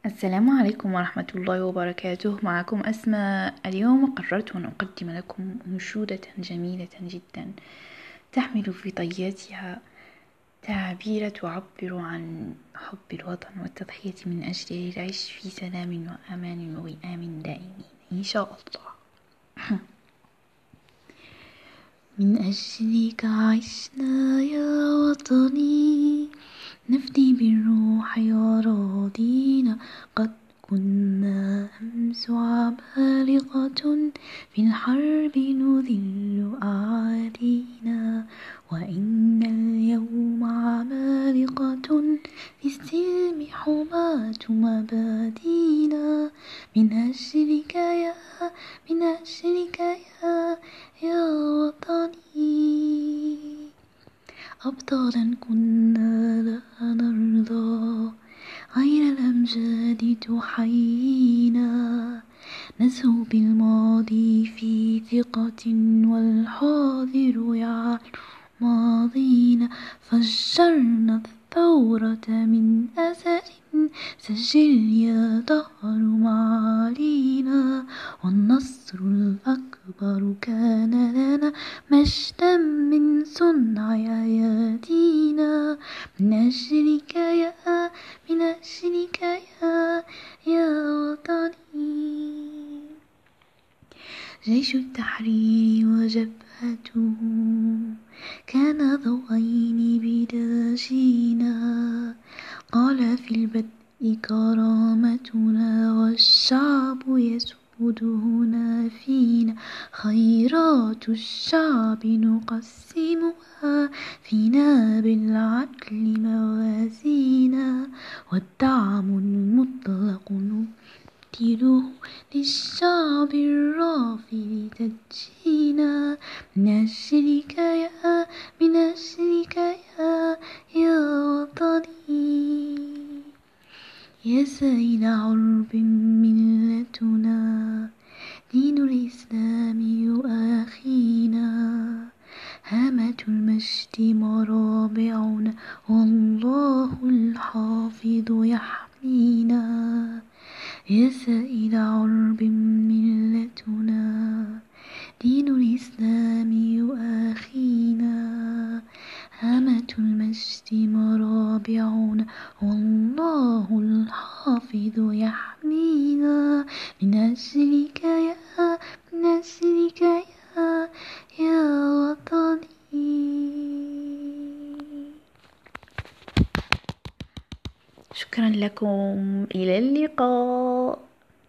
السلام عليكم ورحمة الله وبركاته. معكم أسماء. اليوم قررت أن أقدم لكم أنشودة جميلة جدا تحمل في طياتها تعابير تعبر عن حب الوطن والتضحية من أجل العيش في سلام وأمان ووئام دائمين إن شاء الله. من أجلك عشنا يا وطني، نفدي بالروح يا راضينا. قد كنا أمس عمالقة، في الحرب نذل أعادينا. وإن اليوم عمالقة، في السلم حماة مبادينا. من أجلك يا وطني، أبطالا كنا لا نرضى غير الأمجاد تحيينا. نسهو بالماضي في ثقة، والحاضر يعلو ماضينا. فجرنا الثورة من أثر، سجل يا دهر معالينا. والنصر الأكبر كان لنا مجدا من صنع أيادينا. من أجلك يا وطني، جيش التحرير وجبهته كان ضوئين بداجينا. قال في البدء كرامتنا، والشعب يسود هنا فينا. خيرات الشعب نقسمها فينا بالعدل موازينا. والدعم المطلق نبدله للشعب الرافض تدجينا. من أجلك يا وطني، يا سيل عرب ملتنا، دين الإسلام يؤاخينا. هامة المجد مرابعنا، والله الحافظ يحمينا. يا سائل عرب ملتنا، دين الإسلام يؤاخينا. هامة المجد مرابعنا، والله الحافظ يحمينا. من أجلك يا وطني. شكرا لكم، إلى اللقاء.